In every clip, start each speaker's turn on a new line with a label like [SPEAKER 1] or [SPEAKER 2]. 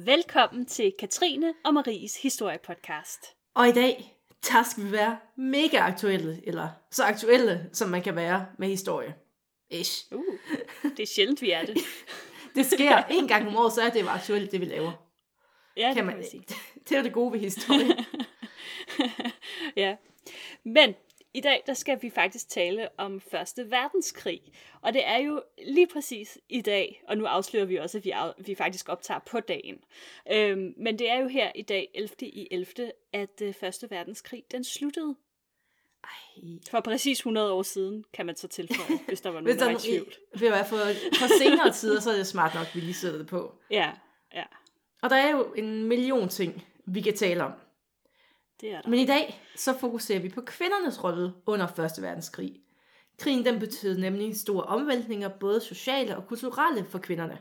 [SPEAKER 1] Velkommen til Katrine og Maries historiepodcast.
[SPEAKER 2] Og i dag, der skal vi være mega aktuelle, eller så aktuelle, som man kan være med historie. Ish.
[SPEAKER 1] Det er sjældent, vi er det.
[SPEAKER 2] Det sker en gang om året, så er det jo aktuelt, det vi laver.
[SPEAKER 1] Ja, det kan man sige.
[SPEAKER 2] Det er jo det gode ved historie.
[SPEAKER 1] Ja, men i dag, der skal vi faktisk tale om Første Verdenskrig. Og det er jo lige præcis i dag, og nu afslører vi også, at vi faktisk optager på dagen. Men det er jo her i dag, 11.11., at Første Verdenskrig, den sluttede. For præcis 100 år siden, kan man så tilføje, hvis der var nogen, der var i tvivl.
[SPEAKER 2] Ved at for senere tider, så er det smart nok, at vi lige sætter det på.
[SPEAKER 1] Ja.
[SPEAKER 2] Og der er jo en million ting, vi kan tale om.
[SPEAKER 1] Det er der.
[SPEAKER 2] Men i dag, så fokuserer vi på kvindernes rolle under 1. verdenskrig. Krigen, den betød nemlig store omvæltninger, både sociale og kulturelle for kvinderne.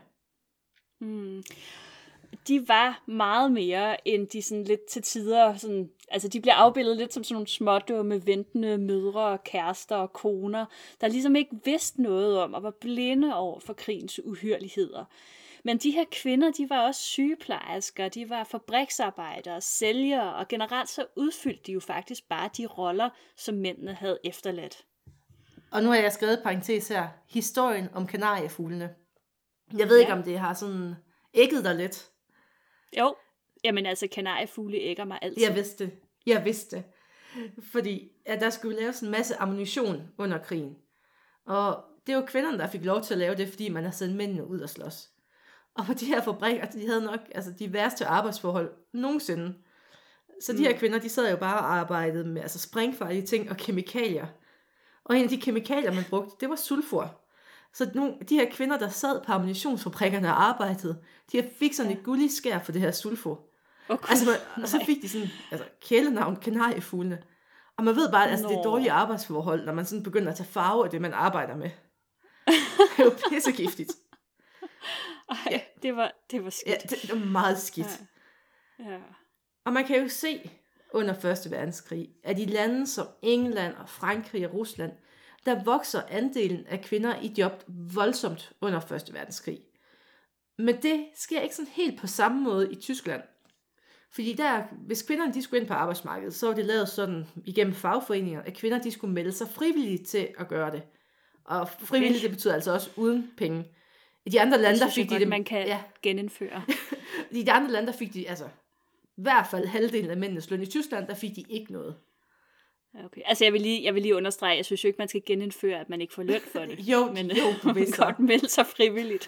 [SPEAKER 1] De var meget mere end de sådan lidt til tider, sådan, altså de bliver afbildet lidt som sådan nogle smådumme, ventende mødre, kærester og koner, der ligesom ikke vidste noget om og var blinde over for krigens uhyrligheder. Men de her kvinder, de var også sygeplejersker, de var fabriksarbejdere, sælgere, og generelt så udfyldte de jo faktisk bare de roller, som mændene havde efterladt.
[SPEAKER 2] Og nu har jeg skrevet parentes her, historien om kanariefuglene. Jeg ved ikke, om det har sådan ægget dig lidt.
[SPEAKER 1] Jo, jamen altså kanariefugle ægger mig altid.
[SPEAKER 2] Jeg vidste det. Fordi der skulle laves en masse ammunition under krigen. Og det var kvinderne, der fik lov til at lave det, fordi man har sendt mændene ud og slås. Og på de her fabrikker, de havde nok de værste arbejdsforhold nogensinde. Så de her kvinder, de sad jo bare og arbejdede med sprængfarlige ting og kemikalier. Og en af de kemikalier, man brugte, det var sulfur. Så de her kvinder, der sad på ammunitionsfabrikkerne og arbejdede, de fik sådan et gulligt skær for det her sulfur.
[SPEAKER 1] Okay.
[SPEAKER 2] Og så fik de sådan kælenavn, kanariefuglene. Og man ved bare, at det er dårlige arbejdsforhold, når man sådan begynder at tage farve af det, man arbejder med. Det er jo pissegiftigt.
[SPEAKER 1] Ej, det var skidt.
[SPEAKER 2] Ja, det var meget skidt.
[SPEAKER 1] Ja.
[SPEAKER 2] Og man kan jo se under 1. verdenskrig, at i lande som England og Frankrig og Rusland, der vokser andelen af kvinder i job voldsomt under 1. verdenskrig. Men det sker ikke sådan helt på samme måde i Tyskland. Fordi hvis kvinderne de skulle ind på arbejdsmarkedet, så var det lavet sådan igennem fagforeninger, at kvinder de skulle melde sig frivilligt til at gøre det. Og frivilligt, det betyder altså også uden penge. I de andre lande, der fik de det,
[SPEAKER 1] man kan genindføre.
[SPEAKER 2] I de andre lande, der fik de i hvert fald halvdelen af mændenes løn. I Tyskland, der fik de ikke noget.
[SPEAKER 1] Okay. Altså jeg vil lige understrege, jeg synes jo ikke, man skal genindføre, at man ikke får løn for det.
[SPEAKER 2] Men
[SPEAKER 1] man kan godt melde sig frivilligt.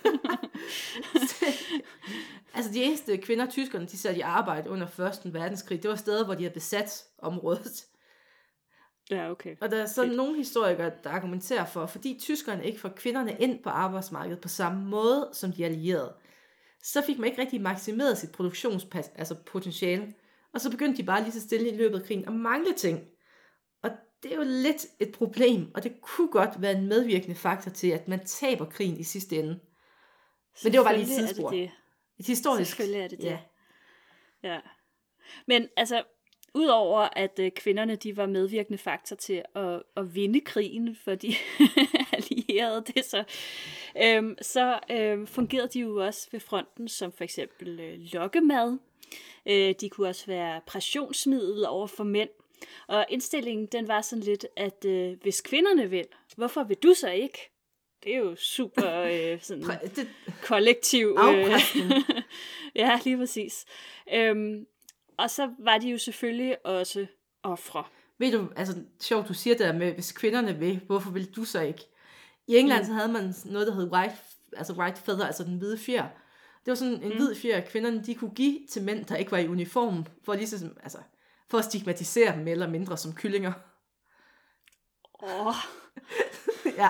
[SPEAKER 2] De eneste kvinder, tyskerne, de satte i arbejde under 1. verdenskrig. Det var steder, hvor de havde besat området.
[SPEAKER 1] Ja, okay.
[SPEAKER 2] Og der er sådan nogle historikere, der argumenterer for, fordi tyskerne ikke får kvinderne ind på arbejdsmarkedet på samme måde som de allierede, så fik man ikke rigtig maksimeret sit potentiale. Og så begyndte de bare lige så stille i løbet af krigen at mangle ting. Og det er jo lidt et problem, og det kunne godt være en medvirkende faktor til, at man taber krigen i sidste ende. Men det var bare lige et sidespor. Et historisk.
[SPEAKER 1] Selvfølgelig er det det. Ja. Men altså, udover at kvinderne de var medvirkende faktor til at vinde krigen, for de allierede det, så fungerede de jo også ved fronten som for eksempel lokkemad. De kunne også være pressionsmiddel over for mænd. Og indstillingen, den var sådan lidt, at hvis kvinderne vil, hvorfor vil du så ikke? Det er jo super kollektiv. Ja, lige præcis. Og så var de jo selvfølgelig også ofre.
[SPEAKER 2] Ved du, sjovt du siger det der med, hvis kvinderne vil, hvorfor vil du så ikke? I England så havde man noget, der hed white feather, altså den hvide fjer. Det var sådan en hvid fjer, kvinderne de kunne give til mænd, der ikke var i uniform, for at stigmatisere dem mere eller mindre som kyllinger. Ja.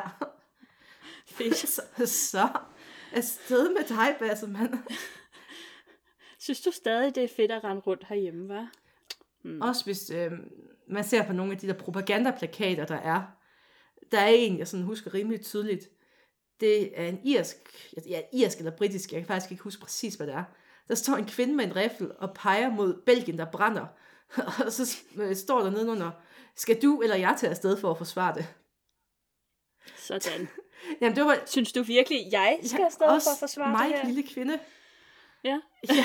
[SPEAKER 2] Så afsted med dig, Basse, mand.
[SPEAKER 1] Synes du stadig, det er fedt at rende rundt herhjemme, hva'?
[SPEAKER 2] Også hvis man ser på nogle af de der propagandaplakater, der er. Der er en, jeg sådan husker rimelig tydeligt. Det er en irsk eller britisk, jeg kan faktisk ikke huske præcis, hvad det er. Der står en kvinde med en riffel og peger mod Belgien, der brænder. Og så står der nedenunder, skal du eller jeg tage afsted for at forsvare det?
[SPEAKER 1] Sådan.
[SPEAKER 2] Jamen, det var...
[SPEAKER 1] Synes du virkelig, jeg skal afsted for at forsvare det her?
[SPEAKER 2] Mig, lille kvinde.
[SPEAKER 1] Ja.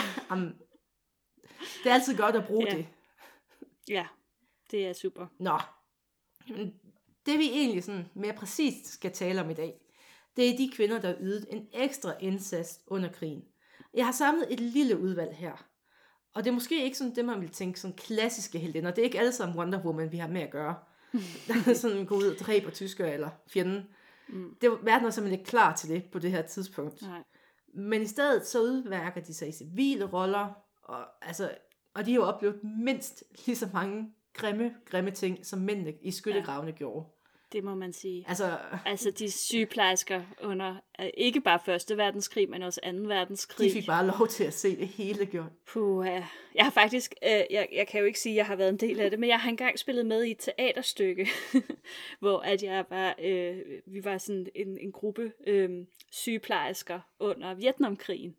[SPEAKER 2] Det er altid godt at bruge det.
[SPEAKER 1] Ja, det er super.
[SPEAKER 2] Nå, det vi egentlig sådan mere præcist skal tale om i dag, det er de kvinder, der ydede en ekstra indsats under krigen. Jeg har samlet et lille udvalg her. Og det er måske ikke sådan det, man vil tænke, sådan klassiske heldinder. Det er ikke alle sammen Wonder Woman, vi har med at gøre. Der er sådan gå ud og dræber tyskere eller fjenden. Verden er simpelthen ikke klar til det på det her tidspunkt.
[SPEAKER 1] Nej.
[SPEAKER 2] Men i stedet så udværker de sig i civile roller, og de har jo oplevet mindst lige så mange grimme ting, som mændene i skyttegravene gjorde.
[SPEAKER 1] Det må man sige.
[SPEAKER 2] Altså
[SPEAKER 1] de sygeplejersker under, ikke bare 1. verdenskrig, men også 2. verdenskrig.
[SPEAKER 2] De fik bare lov til at se det hele gjort.
[SPEAKER 1] Jeg har faktisk, jeg kan jo ikke sige, at jeg har været en del af det, men jeg har engang spillet med i et teaterstykke, hvor at jeg var, vi var sådan en gruppe sygeplejersker under Vietnamkrigen.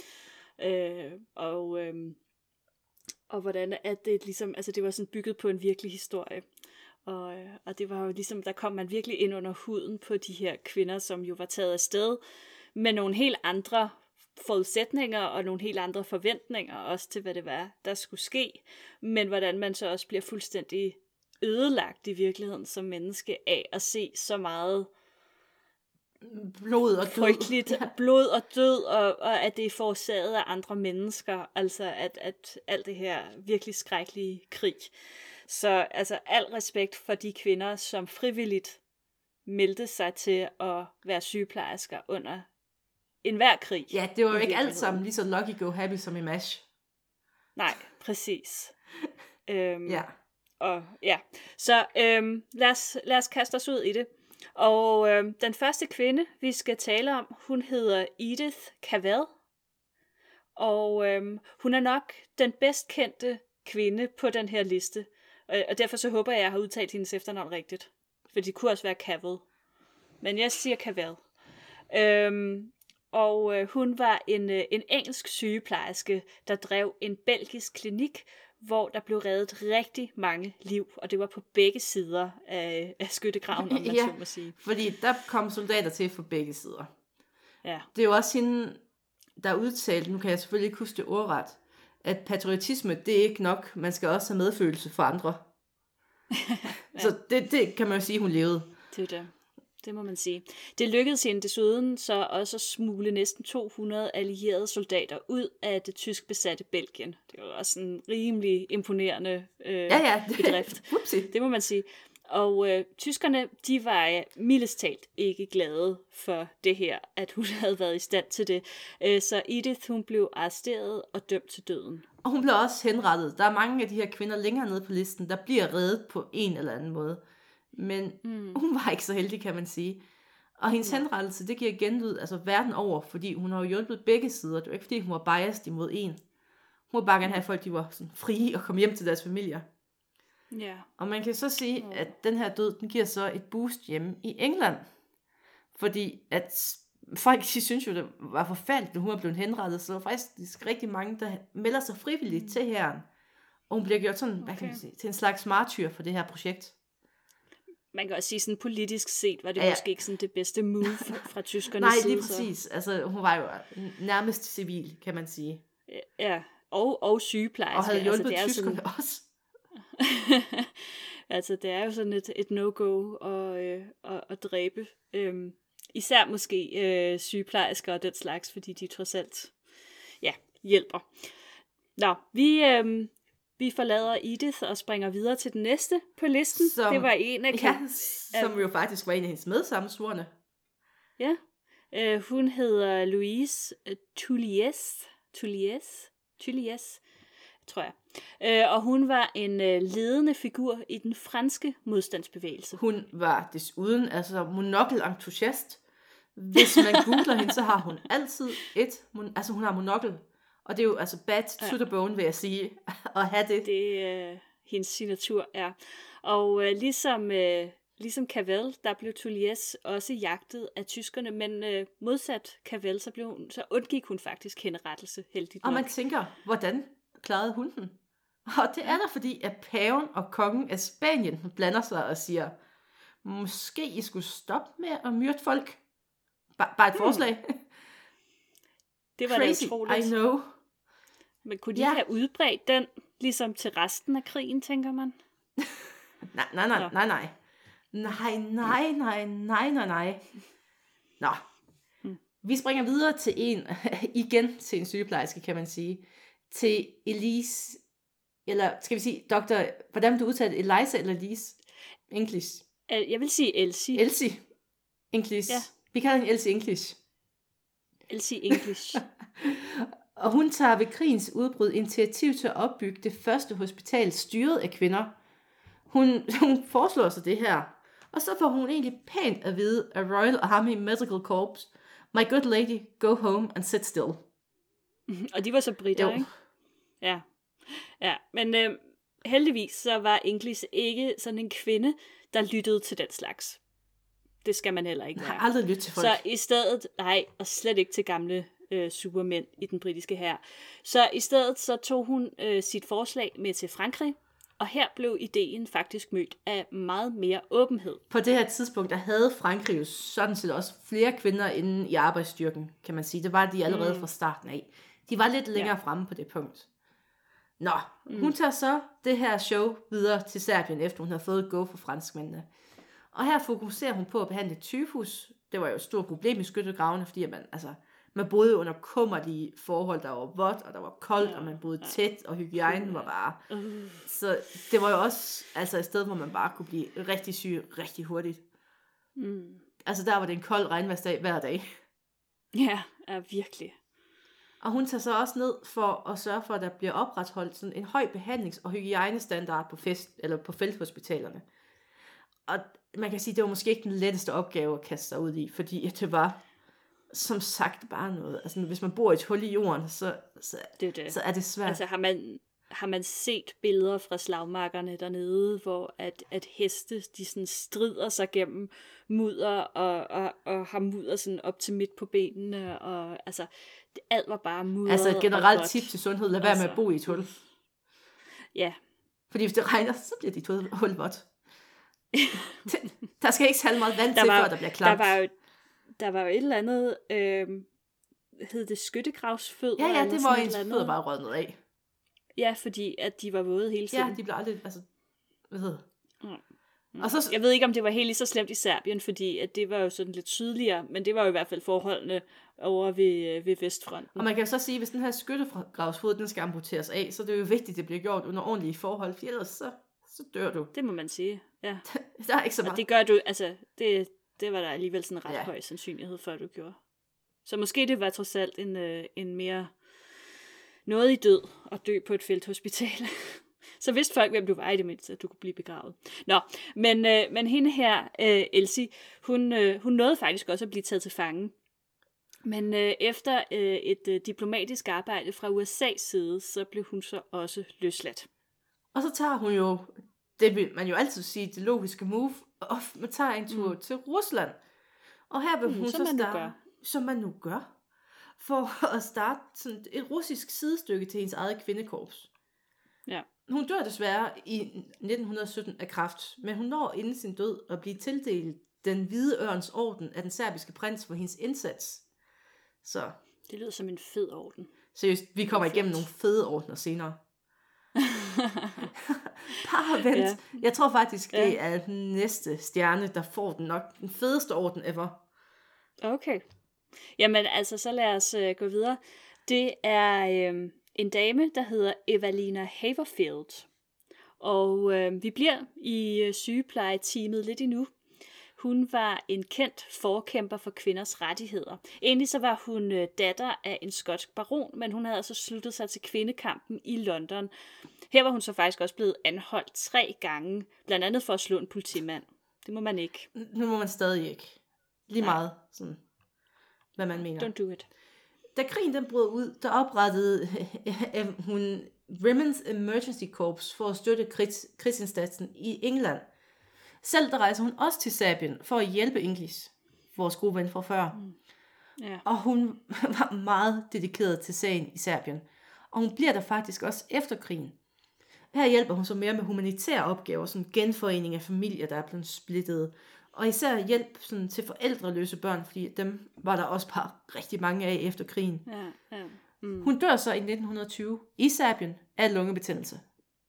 [SPEAKER 1] Og hvordan at det ligesom, altså det var sådan bygget på en virkelig historie. Og det var jo ligesom, der kom man virkelig ind under huden på de her kvinder, som jo var taget afsted med nogle helt andre forudsætninger og nogle helt andre forventninger også til, hvad det var, der skulle ske. Men hvordan man så også bliver fuldstændig ødelagt i virkeligheden som menneske af at se så meget
[SPEAKER 2] blod og
[SPEAKER 1] frygteligt blod og død, og at det er forårsaget af andre mennesker. Altså at alt det her virkelig skrækkelige krig. Så altså al respekt for de kvinder, som frivilligt meldte sig til at være sygeplejersker under enhver krig.
[SPEAKER 2] Ja, det var jo ikke alt sammen lige så lucky go happy som i MASH.
[SPEAKER 1] Nej, præcis.
[SPEAKER 2] Ja.
[SPEAKER 1] Så lad os kaste os ud i det. Og den første kvinde, vi skal tale om, hun hedder Edith Cavell. Og hun er nok den bedst kendte kvinde på den her liste. Og derfor så håber jeg, at jeg har udtalt hendes efternavn rigtigt. For det kunne også være Cavell. Men jeg siger Cavell. Hun var en engelsk sygeplejerske, der drev en belgisk klinik, hvor der blev reddet rigtig mange liv. Og det var på begge sider af skyttegraven, om man så må sige.
[SPEAKER 2] Fordi der kom soldater til fra begge sider.
[SPEAKER 1] Ja.
[SPEAKER 2] Det er jo også hende, der udtalte, nu kan jeg selvfølgelig ikke huske det ordret, at patriotisme, det er ikke nok. Man skal også have medfølelse for andre. Ja. Så det kan man jo sige, hun levede.
[SPEAKER 1] Det må man sige. Det lykkedes hende desuden så også at smule næsten 200 allierede soldater ud af det tysk besatte Belgien. Det var også en rimelig imponerende bedrift. Det må man sige. Og tyskerne, de var mildest talt ikke glade for det her, at hun havde været i stand til det. Så Edith, hun blev arresteret og dømt til døden.
[SPEAKER 2] Og hun blev også henrettet. Der er mange af de her kvinder længere nede på listen, der bliver reddet på en eller anden måde. Men hun var ikke så heldig, kan man sige. Og hendes henrettelse, det giver genlyd, altså verden over, fordi hun har jo hjulpet begge sider. Det var ikke, fordi hun var biased imod en. Hun var bare gerne have folk, de var sådan frie og kom hjem til deres familier.
[SPEAKER 1] Yeah.
[SPEAKER 2] Og man kan så sige, at den her død, den giver så et boost hjemme i England. Fordi at folk, de synes jo, det var forfærdeligt, når hun er blevet henrettet. Så der var faktisk rigtig mange, der melder sig frivilligt til hæren. Og hun bliver gjort sådan, hvad kan man sige, til en slags martyr for det her projekt.
[SPEAKER 1] Man kan også sige, sådan politisk set, var det måske ikke sådan det bedste move fra tyskernes side.
[SPEAKER 2] Nej, lige præcis. Så. Altså, hun var jo nærmest civil, kan man sige.
[SPEAKER 1] Ja, og sygeplejerske.
[SPEAKER 2] Og havde hjulpet tyskerne også.
[SPEAKER 1] Altså, det er jo sådan et no-go at dræbe. Især måske sygeplejersker og den slags, fordi de trods alt hjælper. Nå, vi forlader Edith og springer videre til den næste på listen. Det var en af...
[SPEAKER 2] som jo faktisk var en af hendes medsammensvorne.
[SPEAKER 1] Ja, hun hedder Louise Tullies, tror jeg. Og hun var en ledende figur i den franske modstandsbevægelse.
[SPEAKER 2] Hun var desuden monokkel-entusiast. Hvis man googler hende, så har hun altid hun har monokkel. Og det er jo altså bad to the bone, vil jeg sige, at have det.
[SPEAKER 1] Det er hendes signatur, ja. Og ligesom Cavell, der blev Tullies også jagtet af tyskerne, men modsat Cavell, så undgik hun faktisk henrettelse, heldigt nok.
[SPEAKER 2] Og man tænker, hvordan klarede hun den? Og det er der, fordi at paven og kongen af Spanien blander sig og siger, måske I skulle stoppe med at myrde folk. Bare et forslag.
[SPEAKER 1] Det var
[SPEAKER 2] Crazy,
[SPEAKER 1] da utroligt.
[SPEAKER 2] I know.
[SPEAKER 1] Men kunne de have udbredt den, ligesom til resten af krigen, tænker man?
[SPEAKER 2] Nej. Nå. Vi springer videre til igen til en sygeplejerske, kan man sige. Til Elise, eller skal vi sige, hvordan du udtaler Eliza eller Elise? English.
[SPEAKER 1] Jeg vil sige Elsie.
[SPEAKER 2] Elsie. English. Ja. Vi kalder hende Elsie English.
[SPEAKER 1] Elsie English.
[SPEAKER 2] Og hun tager ved krigens udbrud initiativ til at opbygge det første hospital styret af kvinder. Hun foreslår sig det her. Og så får hun egentlig pænt at vide af Royal Army Medical Corps, my good lady, go home and sit still.
[SPEAKER 1] Og de var så britter, ikke? Ja, men heldigvis så var English ikke sådan en kvinde, der lyttede til den slags. Det skal man heller ikke være.
[SPEAKER 2] Jeg har aldrig lyttet til folk.
[SPEAKER 1] Så i stedet, og slet ikke til gamle supermænd i den britiske hær. Så i stedet så tog hun sit forslag med til Frankrig, og her blev ideen faktisk mødt af meget mere åbenhed.
[SPEAKER 2] På det her tidspunkt, der havde Frankrig jo sådan set også flere kvinder inde i arbejdsstyrken, kan man sige. Det var de allerede fra starten af. De var lidt længere fremme på det punkt. Nå, hun tager så det her show videre til Serbien, efter hun havde fået go for franskmændene. Og her fokuserer hun på at behandle tyfus. Det var jo et stort problem i skyttegravene, fordi man boede under kummerlige forhold, der var vådt, og der var koldt, og man boede tæt, og hygiejnen var bare... Så det var jo også et sted, hvor man bare kunne blive rigtig syg rigtig hurtigt. Der var det en kold regnværsdag hver dag.
[SPEAKER 1] Ja, virkelig.
[SPEAKER 2] Og hun tager så også ned for at sørge for, at der bliver opretholdt sådan en høj behandlings- og hygiejnestandard på felthospitalerne. Og man kan sige, at det var måske ikke den letteste opgave at kaste sig ud i, fordi det var, som sagt, bare noget. Hvis man bor i et hul i jorden, så er det svært.
[SPEAKER 1] Har man set billeder fra slagmarkerne dernede, hvor at heste, de sådan strider sig gennem mudder, og har mudder sådan op til midt på benene, og alt var bare mudder.
[SPEAKER 2] Et generelt tip til sundhed, lad være med at bo i et hul.
[SPEAKER 1] Ja.
[SPEAKER 2] Fordi hvis det regner, så bliver dit hul vådt. Der skal ikke særlig meget vand til, før der bliver klamt.
[SPEAKER 1] Der var jo et eller andet, hed det skyttegravsfødder?
[SPEAKER 2] Ja, det var ens fødder bare rødnet af.
[SPEAKER 1] Ja, fordi at de var våde hele tiden.
[SPEAKER 2] Ja, de blev aldrig, hvad hedder det?
[SPEAKER 1] Og så, jeg ved ikke, om det var helt lige så slemt i Serbien, fordi at det var jo sådan lidt sydligere, men det var jo i hvert fald forholdene over ved Vestfronten.
[SPEAKER 2] Og man kan jo så sige, at hvis den her skyttegravsfod, den skal amputeres af, så det er jo vigtigt, at det bliver gjort under ordentlige forhold, for ellers så dør du.
[SPEAKER 1] Det må man sige, ja.
[SPEAKER 2] Der er ikke så meget.
[SPEAKER 1] Og det gør du, det var der alligevel sådan en ret høj sandsynlighed for, at du gjorde. Så måske det var trods alt en mere noget i død at dø på et felthospital. Så vidste folk, hvem du var i det mindste, at du kunne blive begravet. Nå, men hende her, Elsie, hun nåede faktisk også at blive taget til fange. Men efter et diplomatisk arbejde fra USA's side, så blev hun så også løsladt.
[SPEAKER 2] Og så tager hun jo, det vil man jo altid sige, det logiske move, og man tager en tur til Rusland. Og her vil hun så starte, som man nu gør, for at starte sådan et russisk sidestykke til hendes eget kvindekorps.
[SPEAKER 1] Ja.
[SPEAKER 2] Hun dør desværre i 1917 af kræft, men hun når inden sin død at blive tildelt den hvide ørns orden af den serbiske prins for hendes indsats. Så
[SPEAKER 1] det lyder som en fed orden.
[SPEAKER 2] Seriøst, vi kommer igennem nogle fede ordener senere. Bare vent. Ja. Jeg tror faktisk, det er den næste stjerne, der får den fedeste orden ever.
[SPEAKER 1] Okay. Jamen så lad os gå videre. Det er en dame, der hedder Evalina Haverfield. Og vi bliver i sygeplejeteamet lidt endnu. Hun var en kendt forkæmper for kvinders rettigheder. Egentlig så var hun datter af en skotsk baron, men hun havde altså sluttet sig til kvindekampen i London. Her var hun så faktisk også blevet anholdt 3 gange, blandt andet for at slå en politimand. Det må man ikke.
[SPEAKER 2] Nu må man stadig ikke. Lige meget sådan, hvad man mener.
[SPEAKER 1] Don't do it.
[SPEAKER 2] Da krigen den brød ud, der oprettede hun Women's Emergency Corps for at støtte krigsindsatsen i England. Selv der rejser hun også til Serbien for at hjælpe English, vores gode ven fra før.
[SPEAKER 1] Ja.
[SPEAKER 2] Og hun var meget dedikeret til sagen i Serbien. Og hun bliver der faktisk også efter krigen. Her hjælper hun så mere med humanitære opgaver, som genforening af familier, der er blevet splittet. Og især hjælp til forældreløse børn, fordi dem var der også bare rigtig mange af efter krigen.
[SPEAKER 1] Ja.
[SPEAKER 2] Hun dør så i 1920 i Serbien af lungebetændelse.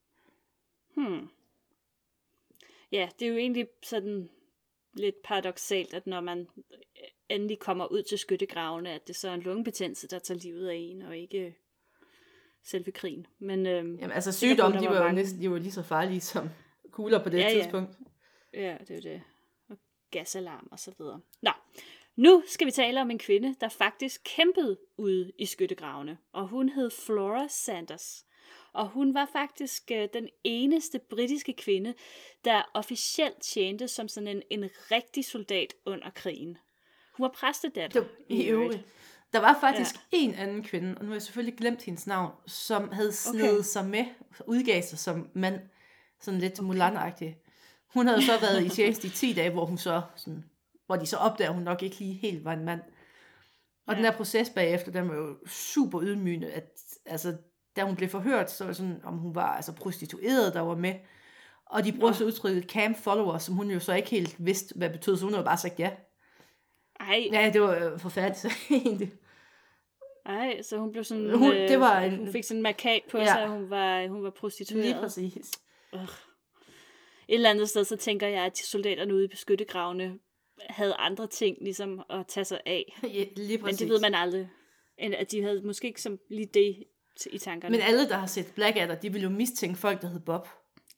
[SPEAKER 1] Ja, det er jo egentlig sådan lidt paradoksalt, at når man endelig kommer ud til skyttegravene, at det så er en lungebetændelse, der tager livet af en, og ikke selve krigen. Men,
[SPEAKER 2] jamen, altså sygdomme, de var jo lige så farlige som kugler på det tidspunkt.
[SPEAKER 1] Ja, det er jo det. Og gasalarm og så videre. Nå, nu skal vi tale om en kvinde, der faktisk kæmpede ude i skyttegravene, og hun hed Flora Sanders. Og hun var faktisk den eneste britiske kvinde, der officielt tjente som sådan en rigtig soldat under krigen. Hun var præstedatter.
[SPEAKER 2] I øvrigt. Der var faktisk en anden kvinde, og nu har jeg selvfølgelig glemt hendes navn, som havde snedet sig med, udgav sig som mand, sådan lidt Mulan-agtig. Hun havde så været i tjeneste i 10 dage, hvor de så opdager, at hun nok ikke lige helt var en mand. Og den der proces bagefter, den var jo super ydmygende, at altså, da hun blev forhørt, så var det sådan, om hun var altså prostitueret, der var med. Og de brugte så udtrykket camp follower, som hun jo så ikke helt vidste, hvad betød, så hun havde bare sagt ja.
[SPEAKER 1] Ej.
[SPEAKER 2] Ja, det var forfærdeligt så egentlig.
[SPEAKER 1] Ej, så hun blev sådan, hun fik sådan en markat på sig, at hun var prostitueret.
[SPEAKER 2] Lige præcis.
[SPEAKER 1] Et eller andet sted, så tænker jeg, at soldaterne ude i beskyttegravene havde andre ting ligesom at tage sig af.
[SPEAKER 2] Ja, lige præcis.
[SPEAKER 1] Men det ved man aldrig. At de havde måske ikke som lige det i tankerne.
[SPEAKER 2] Men alle, der har set Blackadder, de vil jo mistænke folk, der hed Bob.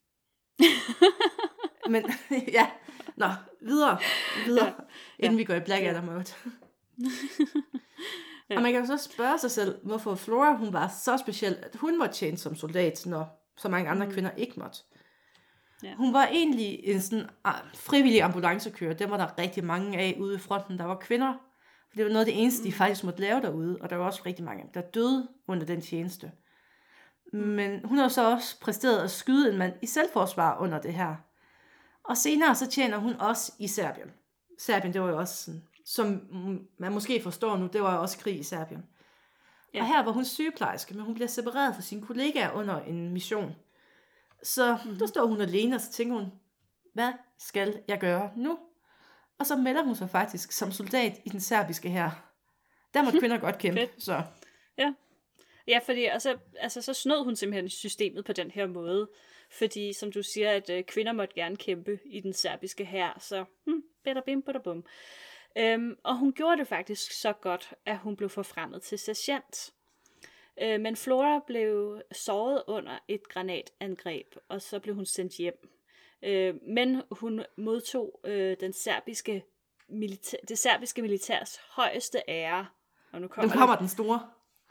[SPEAKER 2] Men ja, videre, inden vi går i Blackadder-mode. Og man kan jo så spørge sig selv, hvorfor Flora, hun var så speciel, at hun måtte tjene som soldat, når så mange andre kvinder ikke måtte. Ja. Hun var egentlig en sådan frivillig ambulancekører. Det var der rigtig mange af ude i fronten, der var kvinder. For det var noget af det eneste, de faktisk måtte lave derude. Og der var også rigtig mange, der døde under den tjeneste. Men hun har så også præsteret at skyde en mand i selvforsvar under det her. Og senere så tjener hun også i Serbien. Serbien, det var jo også sådan, som man måske forstår nu, det var jo også krig i Serbien. Ja. Og her var hun sygeplejerske, men hun bliver separeret fra sine kollegaer under en mission. Så der står hun alene, og så tænker hun, hvad skal jeg gøre nu? Og så melder hun sig faktisk som soldat i den serbiske hær. Der må kvinder godt kæmpe. Så.
[SPEAKER 1] Ja, fordi så snød hun simpelthen systemet på den her måde. Fordi, som du siger, at kvinder måtte gerne kæmpe i den serbiske hær. Så bada bim, bada bum. Og hun gjorde det faktisk så godt, at hun blev forfremmet til sergeant. Men Flora blev såret under et granatangreb, og så blev hun sendt hjem. Men hun modtog det serbiske militærs højeste ære. Og nu kommer
[SPEAKER 2] den store.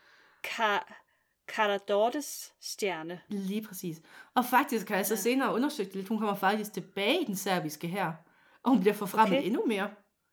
[SPEAKER 1] Karađorđes stjerne.
[SPEAKER 2] Lige præcis. Og faktisk har jeg så senere undersøgt lidt, hun kommer faktisk tilbage i den serbiske hær, og hun bliver forfremmet endnu mere.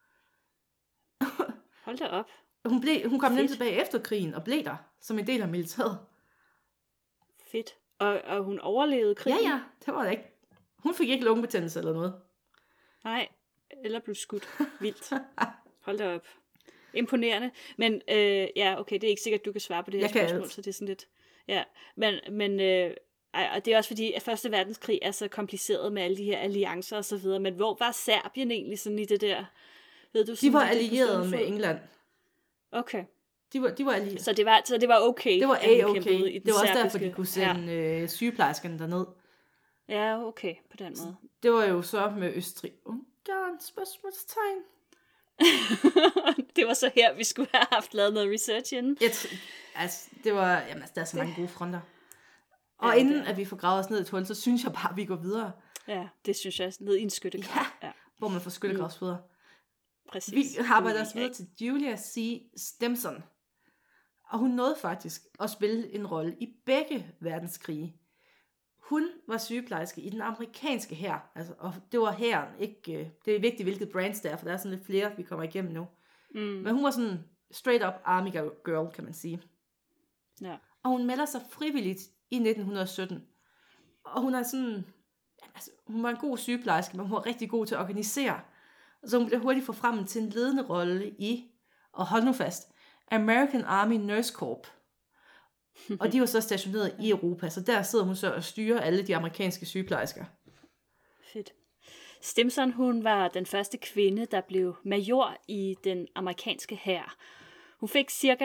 [SPEAKER 1] Hold da op.
[SPEAKER 2] Hun kom nemt tilbage efter krigen og blev der som en del af militæret.
[SPEAKER 1] Fedt. Og hun overlevede krigen?
[SPEAKER 2] Ja, det var det ikke. Hun fik ikke lungebetændelse eller noget.
[SPEAKER 1] Nej, eller blev skudt. Vildt. Hold da op. Imponerende. Men okay, det er ikke sikkert, du kan svare på det her spørgsmål, så det er sådan lidt. Ja, men og det er også fordi, at 1. verdenskrig er så kompliceret med alle de her alliancer og så videre, men hvor var Serbien egentlig sådan i det der? Ved du,
[SPEAKER 2] de var allieret med England.
[SPEAKER 1] Okay.
[SPEAKER 2] De var allieret.
[SPEAKER 1] Så det var okay.
[SPEAKER 2] Det var okay. Det var også derfor, de kunne sende sygeplejerskerne derned.
[SPEAKER 1] Ja, okay, på den måde.
[SPEAKER 2] Det var jo så med Østrig. Spørgsmålstegn.
[SPEAKER 1] Det var så her, vi skulle have haft lavet noget research inden.
[SPEAKER 2] Det var, der er så mange gode fronter. Og inden at vi får gravet os ned i et hul, så synes jeg bare, at vi går videre.
[SPEAKER 1] Ja, det synes jeg, ned i en skyttegrav.
[SPEAKER 2] Ja, hvor man får skyttegravsfødder.
[SPEAKER 1] Præcis.
[SPEAKER 2] Vi arbejder os videre til Julia C. Stimson. Og hun nåede faktisk at spille en rolle i begge verdenskrige. Hun var sygeplejerske i den amerikanske hær, og det var hæren, ikke. Det er vigtigt, hvilket brands det er, for der er sådan lidt flere, vi kommer igennem nu. Men hun var sådan straight up army girl, kan man sige.
[SPEAKER 1] Ja.
[SPEAKER 2] Og hun melder sig frivilligt i 1917. Og hun er sådan, hun var en god sygeplejerske, men hun var rigtig god til at organisere. Så hun blev hurtigt forfremmet til en ledende rolle i, og hold nu fast, American Army Nurse Corps. Og de var så stationeret i Europa, så der sidder hun så og styrer alle de amerikanske sygeplejersker.
[SPEAKER 1] Fedt. Stimson, hun var den første kvinde, der blev major i den amerikanske hær. Hun fik cirka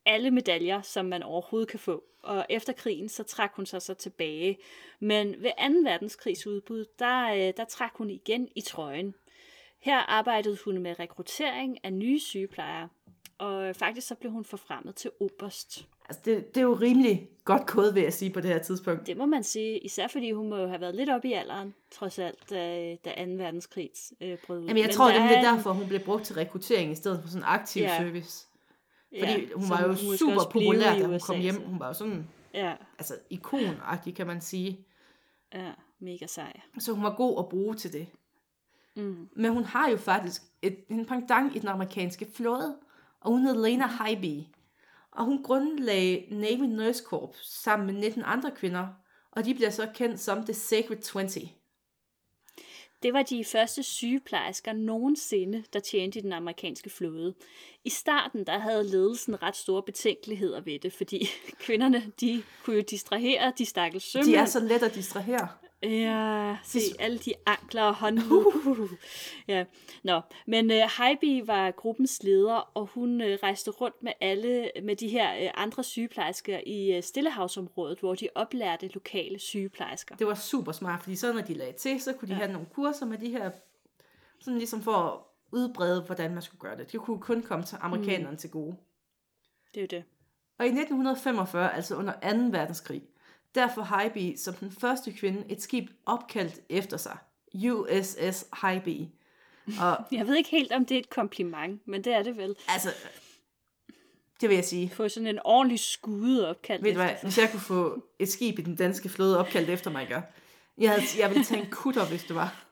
[SPEAKER 1] alle medaljer, som man overhovedet kan få. Og efter krigen, så trak hun sig så tilbage. Men ved 2. verdenskrigs udbrud, der trak hun igen i trøjen. Her arbejdede hun med rekruttering af nye sygeplejere. Og faktisk så blev hun forfremmet til oberst.
[SPEAKER 2] Altså, det er jo rimelig godt gået, vil jeg sige, på det her tidspunkt.
[SPEAKER 1] Det må man sige, især fordi hun må jo have været lidt oppe i alderen, trods alt, da 2. verdenskrig brød ud.
[SPEAKER 2] Jamen, jeg tror, det er derfor, hun blev brugt til rekruttering, i stedet for sådan en aktiv service. Fordi hun var jo super populær, da hun kom hjem. Hun var jo sådan, altså ikonagtig, kan man sige.
[SPEAKER 1] Ja, mega sej.
[SPEAKER 2] Så hun var god at bruge til det. Men hun har jo faktisk en pendant i den amerikanske flåde, og hun hed Lena Highby. Og hun grundlagde Navy Nurse Corps sammen med 19 andre kvinder, og de bliver så kendt som The Sacred 20.
[SPEAKER 1] Det var de første sygeplejersker nogensinde, der tjente i den amerikanske flåde. I starten der havde ledelsen ret store betænkeligheder ved det, fordi kvinderne de kunne jo distrahere de stakkels sømænd.
[SPEAKER 2] De er så let at distrahere.
[SPEAKER 1] Ja, se alle de ankler og håndled. Ja. Nå, men Highby var gruppens leder, og hun rejste rundt med de her andre sygeplejersker i Stillehavsområdet, hvor de oplærte lokale sygeplejersker.
[SPEAKER 2] Det var super smart, fordi så når de lagde til, så kunne de have nogle kurser med de her, sådan ligesom for at udbrede, hvordan man skulle gøre det. Det kunne kun komme til amerikanerne til gode.
[SPEAKER 1] Det er jo det.
[SPEAKER 2] Og i 1945, altså under 2. verdenskrig, der får Highby som den første kvinde et skib opkaldt efter sig. USS Highby. Og
[SPEAKER 1] jeg ved ikke helt, om det er et kompliment, men det er det vel.
[SPEAKER 2] Altså, det vil jeg sige.
[SPEAKER 1] Få sådan en ordentlig skude opkaldt
[SPEAKER 2] efter sig. Hvis jeg kunne få et skib i den danske flåde opkaldt efter mig, jeg ville tage en kutter, hvis det var.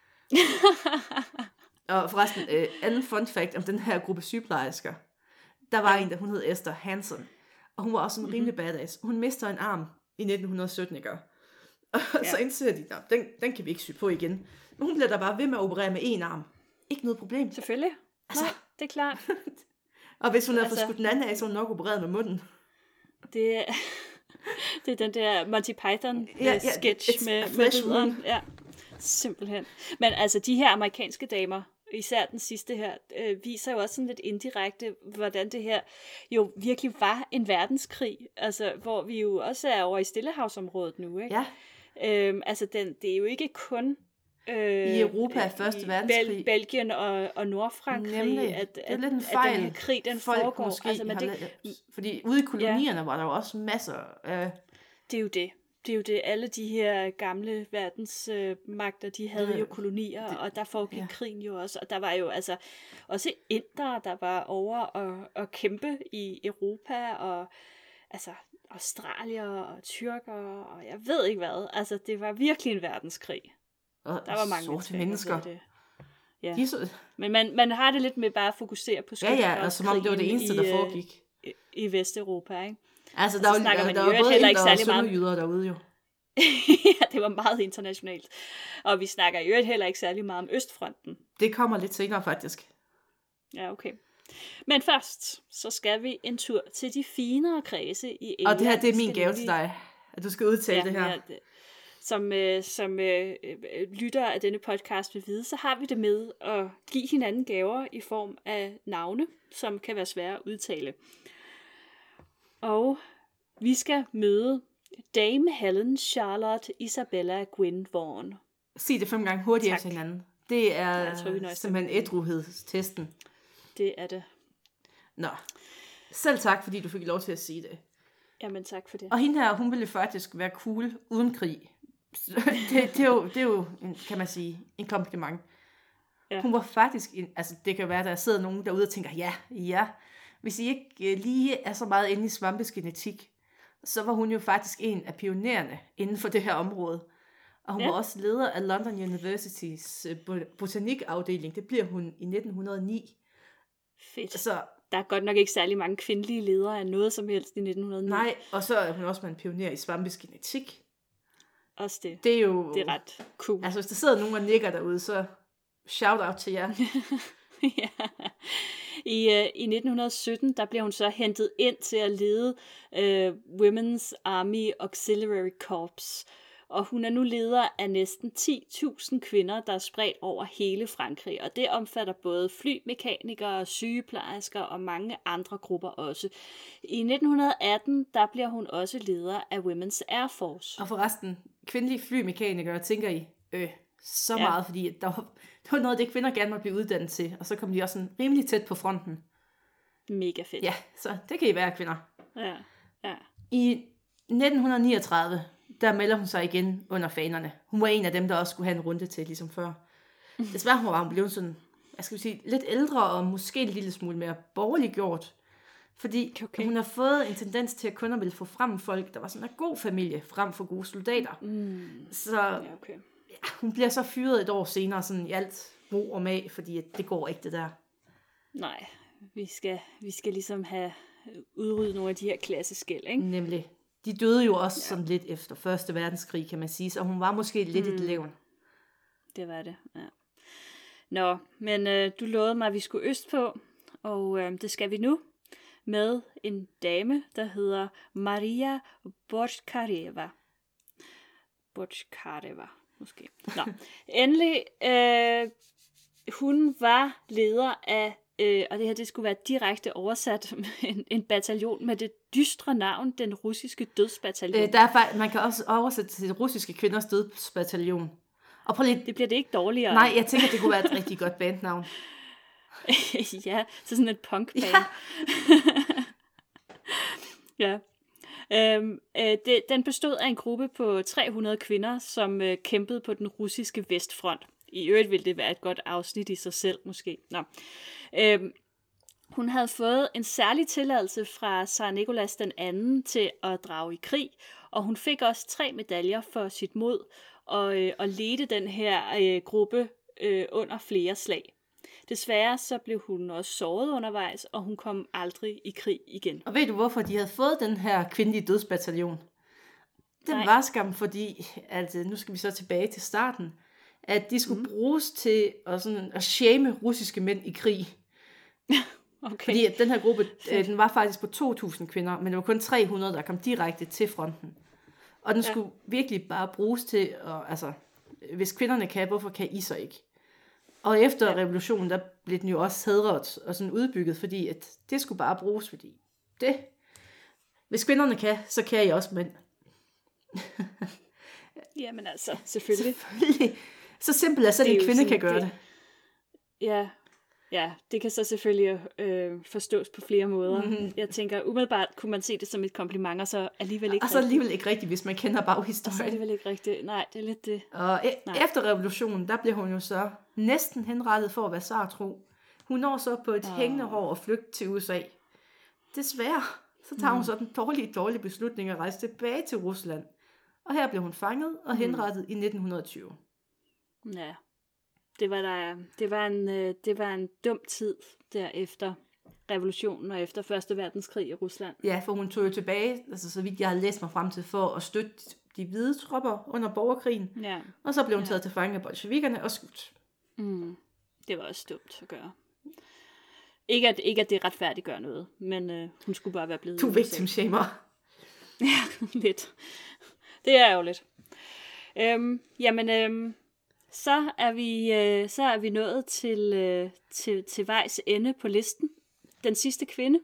[SPEAKER 2] Og forresten, anden fun fact om den her gruppe sygeplejersker. Der var en, der hun hed Esther Hansen. Og hun var også en rimelig badass. Hun mister en arm i 1917, ikke? Og så indser de, den kan vi ikke sy på igen. Men hun bliver der bare ved med at operere med en arm. Ikke noget problem.
[SPEAKER 1] Selvfølgelig. Altså, det er klart.
[SPEAKER 2] Og hvis hun havde fået skudt den anden af, så hun nok opereret med munden.
[SPEAKER 1] Det er den der Monty Python sketch med ridderen. Ja, simpelthen. Men altså, de her amerikanske damer, især den sidste her, viser jo også sådan lidt indirekte, hvordan det her jo virkelig var en verdenskrig, altså hvor vi jo også er over i Stillehavsområdet nu, ikke?
[SPEAKER 2] Ja.
[SPEAKER 1] Altså det er jo ikke kun
[SPEAKER 2] i Europa første verdenskrig.
[SPEAKER 1] Belgien og Nordfrankrig,
[SPEAKER 2] nemlig.
[SPEAKER 1] at
[SPEAKER 2] det er lidt en fejl,
[SPEAKER 1] at den her krig, den foregår.
[SPEAKER 2] Måske
[SPEAKER 1] altså, men
[SPEAKER 2] fordi ude i kolonierne var der jo også masser
[SPEAKER 1] Det er jo det. Det er jo det, alle de her gamle verdensmagter, de havde jo kolonier, og der foregik krigen jo også. Og der var jo altså også indere, der var over og kæmpe i Europa, og altså australier og tyrker, og jeg ved ikke hvad. Altså, det var virkelig en verdenskrig.
[SPEAKER 2] Og
[SPEAKER 1] der var mange
[SPEAKER 2] sorte mennesker.
[SPEAKER 1] Det. Ja. Men man har det lidt med bare at fokusere på
[SPEAKER 2] og som om det var det eneste, der foregik.
[SPEAKER 1] I Vesteuropa, ikke?
[SPEAKER 2] Altså, der var både indere og sønderjyder derude jo.
[SPEAKER 1] Ja, det var meget internationalt. Og vi snakker i øvrigt heller ikke særlig meget om Østfronten.
[SPEAKER 2] Det kommer lidt senere, faktisk.
[SPEAKER 1] Ja, okay. Men først, så skal vi en tur til de finere kredse i England.
[SPEAKER 2] Og det her, det er min gave til dig, at du skal udtale det her.
[SPEAKER 1] Ja, som lytter af denne podcast vil vide, så har vi det med at give hinanden gaver i form af navne, som kan være svære at udtale. Og vi skal møde Dame Helen Charlotte Isabella Gwyn Vaughan.
[SPEAKER 2] Sig det 5 gange hurtigere til hinanden. Det er simpelthen ædruhedstesten.
[SPEAKER 1] Det er det. Nå.
[SPEAKER 2] Selv tak, fordi du fik lov til at sige det.
[SPEAKER 1] Jamen tak for det.
[SPEAKER 2] Og hende her, hun ville faktisk være cool uden krig. Det er jo kan man sige, en kompliment. Ja. Hun var faktisk, altså det kan være, der sidder nogen derude og tænker, ja, hvis I ikke lige er så meget inde i svampes genetik, så var hun jo faktisk en af pionererne inden for det her område. Og hun var også leder af London Universitys botanikafdeling. Det bliver hun i 1909.
[SPEAKER 1] Fedt. Så der er godt nok ikke særlig mange kvindelige ledere af noget som helst i 1909.
[SPEAKER 2] Nej, og så er hun også en pioner i svampes genetik.
[SPEAKER 1] Også det.
[SPEAKER 2] Det er jo...
[SPEAKER 1] Det er ret cool.
[SPEAKER 2] Altså, hvis der sidder nogen og nikker derude, så shout out til jer.
[SPEAKER 1] Ja. I 1917, der bliver hun så hentet ind til at lede Women's Army Auxiliary Corps. Og hun er nu leder af næsten 10.000 kvinder, der er spredt over hele Frankrig. Og det omfatter både flymekanikere, sygeplejersker og mange andre grupper også. I 1918, der bliver hun også leder af Women's Air Force.
[SPEAKER 2] Og forresten, kvindelige flymekanikere, tænker I, så meget, fordi der var noget af det, kvinder gerne måtte blive uddannet til. Og så kom de også sådan rimelig tæt på fronten.
[SPEAKER 1] Mega fedt.
[SPEAKER 2] Ja, så det kan I være, kvinder.
[SPEAKER 1] Ja, ja.
[SPEAKER 2] I 1939, der melder hun sig igen under fanerne. Hun var en af dem, der også skulle have en runde til, ligesom før. Desværre var hun blevet sådan, jeg skal sige, lidt ældre og måske en lille smule mere borgerliggjort. Fordi hun har fået en tendens til at kun ville få frem folk, der var sådan en god familie, frem for gode soldater. Så hun bliver så fyret et år senere, sådan i alt ro og mag, fordi det går ikke det der.
[SPEAKER 1] Nej, vi skal ligesom have udryddet nogle af de her klasseskel, ikke?
[SPEAKER 2] Nemlig. De døde jo også sådan lidt efter 1. verdenskrig, kan man sige, så hun var måske lidt et levn.
[SPEAKER 1] Det var det, ja. Nå, men du lovede mig, at vi skulle østpå, og det skal vi nu med en dame, der hedder Maria Bortkareva. Bortkareva, måske. Nå, endelig, hun var leder af, og det her det skulle være direkte oversat, en bataljon med det dystre navn, den russiske dødsbataljon.
[SPEAKER 2] Man kan også oversætte til det russiske kvinders dødsbataljon. Og prøv lige...
[SPEAKER 1] Det bliver det ikke dårligere.
[SPEAKER 2] Nej, jeg tænker, det kunne være et rigtig godt bandnavn.
[SPEAKER 1] Ja, så sådan et punkband. Ja. Den bestod af en gruppe på 300 kvinder, som kæmpede på den russiske vestfront. I øvrigt ville det være et godt afsnit i sig selv, måske. Nå. Hun havde fået en særlig tilladelse fra Tsar Nicholas den anden til at drage i krig, og hun fik også 3 medaljer for sit mod og ledte den her gruppe under flere slag. Desværre så blev hun også såret undervejs, og hun kom aldrig i krig igen.
[SPEAKER 2] Og ved du, hvorfor de havde fået den her kvindelige dødsbataljon? Den var skam, fordi, at nu skal vi så tilbage til starten, at de skulle bruges til at shame russiske mænd i krig. Okay. Fordi at den her gruppe, den var faktisk på 2.000 kvinder, men det var kun 300, der kom direkte til fronten. Og den skulle virkelig bare bruges til, hvis kvinderne kan, hvorfor kan I så ikke? Og efter revolutionen, der blev den jo også hædret og sådan udbygget, fordi at det skulle bare bruges, fordi hvis kvinderne kan, så kan I også mænd.
[SPEAKER 1] Jamen altså, selvfølgelig.
[SPEAKER 2] Så simpelt er selv en kvinde kan gøre det.
[SPEAKER 1] Ja, det kan så selvfølgelig forstås på flere måder. Mm-hmm. Jeg tænker, umiddelbart kunne man se det som et kompliment, og så alligevel ikke
[SPEAKER 2] rigtigt. Og så alligevel ikke rigtigt, hvis man kender baghistorien.
[SPEAKER 1] Og så alligevel ikke rigtigt. Nej, det er lidt det.
[SPEAKER 2] Og efter revolutionen, der blev hun jo så næsten henrettet for at være zartro. Hun når så på et hængende hår og flygte til USA. Desværre, så tager hun så den dårlige beslutning at rejse tilbage til Rusland. Og her blev hun fanget og henrettet i 1920.
[SPEAKER 1] Ja. Det var en dum tid derefter revolutionen og efter 1. verdenskrig i Rusland.
[SPEAKER 2] Ja, for hun tog jo tilbage, så vidt jeg har læst mig frem til, for at støtte de hvide tropper under borgerkrigen. Ja. Og så blev hun taget til fange af bolsjevikkerne og skudt.
[SPEAKER 1] Det var også dumt at gøre. Ikke at det retfærdiggør noget, men hun skulle bare være blevet...
[SPEAKER 2] To victim shamer.
[SPEAKER 1] Ja, lidt. Det er jo lidt. Så er vi nået til vejs ende på listen. Den sidste kvinde.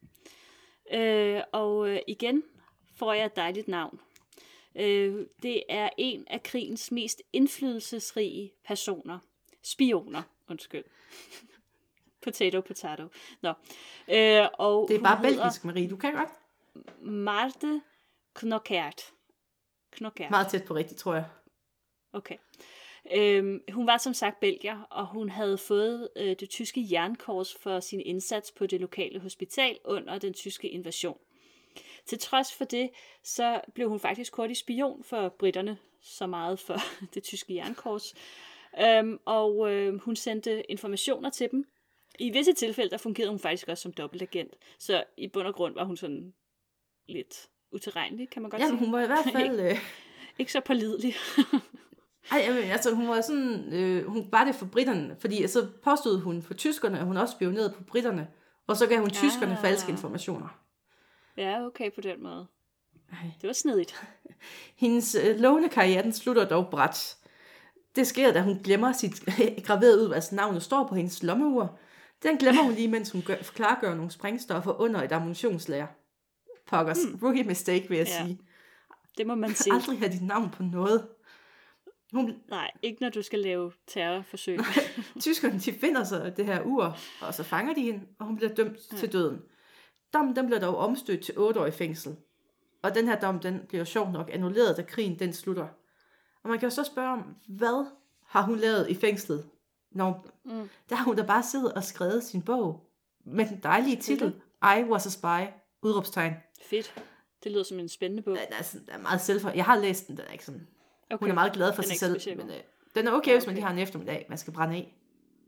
[SPEAKER 1] Og igen får jeg et dejligt navn. Det er en af krigens mest indflydelsesrige personer. Spioner, undskyld. Potato. Nå. Og
[SPEAKER 2] det er bare belgisk, Marie. Du kan godt.
[SPEAKER 1] Marthe Knockert.
[SPEAKER 2] Meget tæt på rigtigt, tror jeg.
[SPEAKER 1] Okay. Hun var som sagt belgier, og hun havde fået det tyske jernkors for sin indsats på det lokale hospital under den tyske invasion. Til trods for det, så blev hun faktisk hurtigt spion for britterne, så meget for det tyske jernkors. Og hun sendte informationer til dem. I visse tilfælde, der fungerede hun faktisk også som dobbeltagent. Så i bund og grund var hun sådan lidt utilregnelig, kan man godt sige.
[SPEAKER 2] Ja, hun var i hvert fald...
[SPEAKER 1] ikke så pålidelig.
[SPEAKER 2] Hun var sådan, hun var det for britterne, fordi så påstod hun for tyskerne, at hun også spionerede på britterne, og så gav hun tyskerne falske informationer.
[SPEAKER 1] Ja, okay, på den måde. Det var snedigt.
[SPEAKER 2] Hendes lånekarriere, den slutter dog brat. Det sker, da hun glemmer sit graveret udvalgs navn, der står på hendes lommeur. Den glemmer hun lige, mens hun klargør nogle sprængstoffer under et ammunitionslager. Pokkers. Rookie mistake, vil jeg sige.
[SPEAKER 1] Det må man sige.
[SPEAKER 2] Aldrig have dit navn på noget.
[SPEAKER 1] Nej, ikke når du skal lave terrorforsøg.
[SPEAKER 2] Tyskerne, de finder så det her ur, og så fanger de hende, og hun bliver dømt til døden. Dommen, den bliver dog omstødt til 8 år i fængsel. Og den her dom, den bliver sjovt nok annulleret, da krigen den slutter. Og man kan jo så spørge om, hvad har hun lavet i fængslet? Der har hun da bare siddet og skrevet sin bog med den dejlige titel, I Was a Spy, udråbstegn.
[SPEAKER 1] Fedt. Det lyder som en spændende bog.
[SPEAKER 2] Den er meget jeg har læst den, den er ikke sådan. Okay. Hun er meget glad for sig selv, men den er okay, hvis man lige har en eftermiddag, man skal brænde af.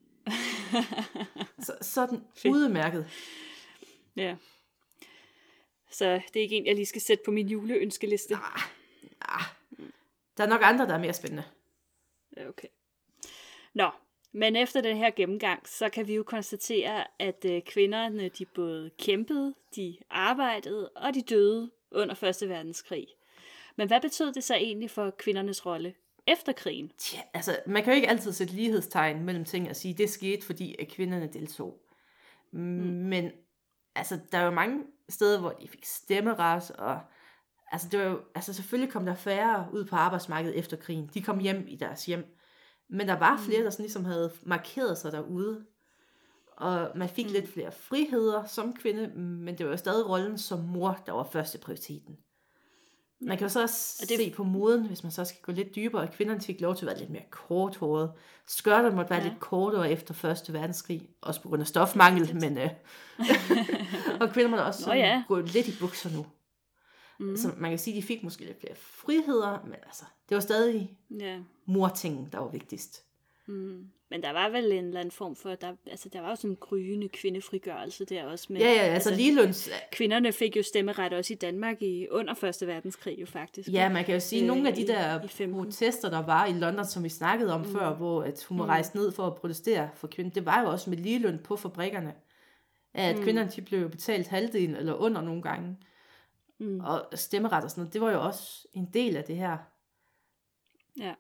[SPEAKER 2] så er den udmærket.
[SPEAKER 1] Ja. Så det er ikke en, jeg lige skal sætte på min juleønskeliste.
[SPEAKER 2] Der er nok andre, der er mere spændende.
[SPEAKER 1] Ja, okay. Nå, men efter den her gennemgang, så kan vi jo konstatere, at kvinderne, de både kæmpede, de arbejdede, og de døde under 1. verdenskrig. Men hvad betød det så egentlig for kvindernes rolle efter krigen?
[SPEAKER 2] Ja, altså, man kan jo ikke altid sætte lighedstegn mellem ting og sige, det skete, fordi at kvinderne deltog. Men altså, der er jo mange steder, hvor de fik stemmeret, og altså, det var jo, altså, selvfølgelig kom der færre ud på arbejdsmarkedet efter krigen. De kom hjem i deres hjem. Men der var flere, der sådan ligesom havde markeret sig derude. Og man fik lidt flere friheder som kvinde, men det var jo stadig rollen som mor, der var første prioriteten. Man kan jo så også se på moden, hvis man så skal gå lidt dybere, at kvinderne fik lov til at være lidt mere korthåret. Skørterne måtte være lidt kortere efter 1. verdenskrig, også på grund af stofmangel, men og kvinder måtte også gå lidt i bukser nu. Så man kan sige, at de fik måske lidt flere friheder, men altså, det var stadig mortingen, der var vigtigst.
[SPEAKER 1] Men der var vel en eller anden form for, der var jo sådan en gryende kvindefrigørelse der også. Med,
[SPEAKER 2] altså ligeløns.
[SPEAKER 1] Kvinderne fik jo stemmeret også i Danmark under 1. verdenskrig jo faktisk.
[SPEAKER 2] Ja, man kan jo sige, nogle af de der protester, der var i London, som vi snakkede om før, hvor at hun må rejse ned for at protestere for kvinder, det var jo også med ligeløn på fabrikkerne. At kvinderne de blev betalt halvdelen eller under nogle gange. Og stemmeret og sådan noget, det var jo også en del af det her.
[SPEAKER 1] Ja.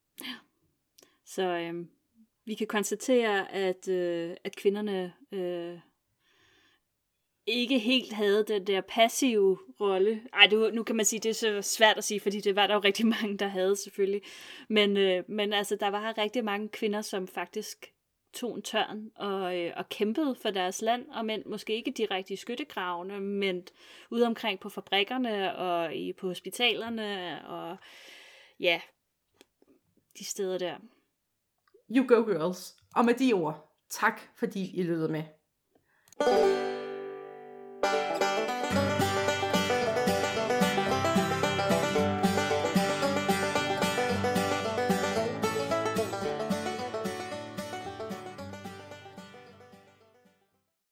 [SPEAKER 1] Så vi kan konstatere, at kvinderne ikke helt havde den der passive rolle. Nu kan man sige, det er så svært at sige, fordi det var der jo rigtig mange, der havde selvfølgelig. Men altså, der var rigtig mange kvinder, som faktisk tog en tørn og kæmpede for deres land, og men måske ikke direkte i skyttegravene, men ude omkring på fabrikkerne og på hospitalerne og ja, de steder der.
[SPEAKER 2] You go girls. Og med de ord, tak fordi I lyttede med.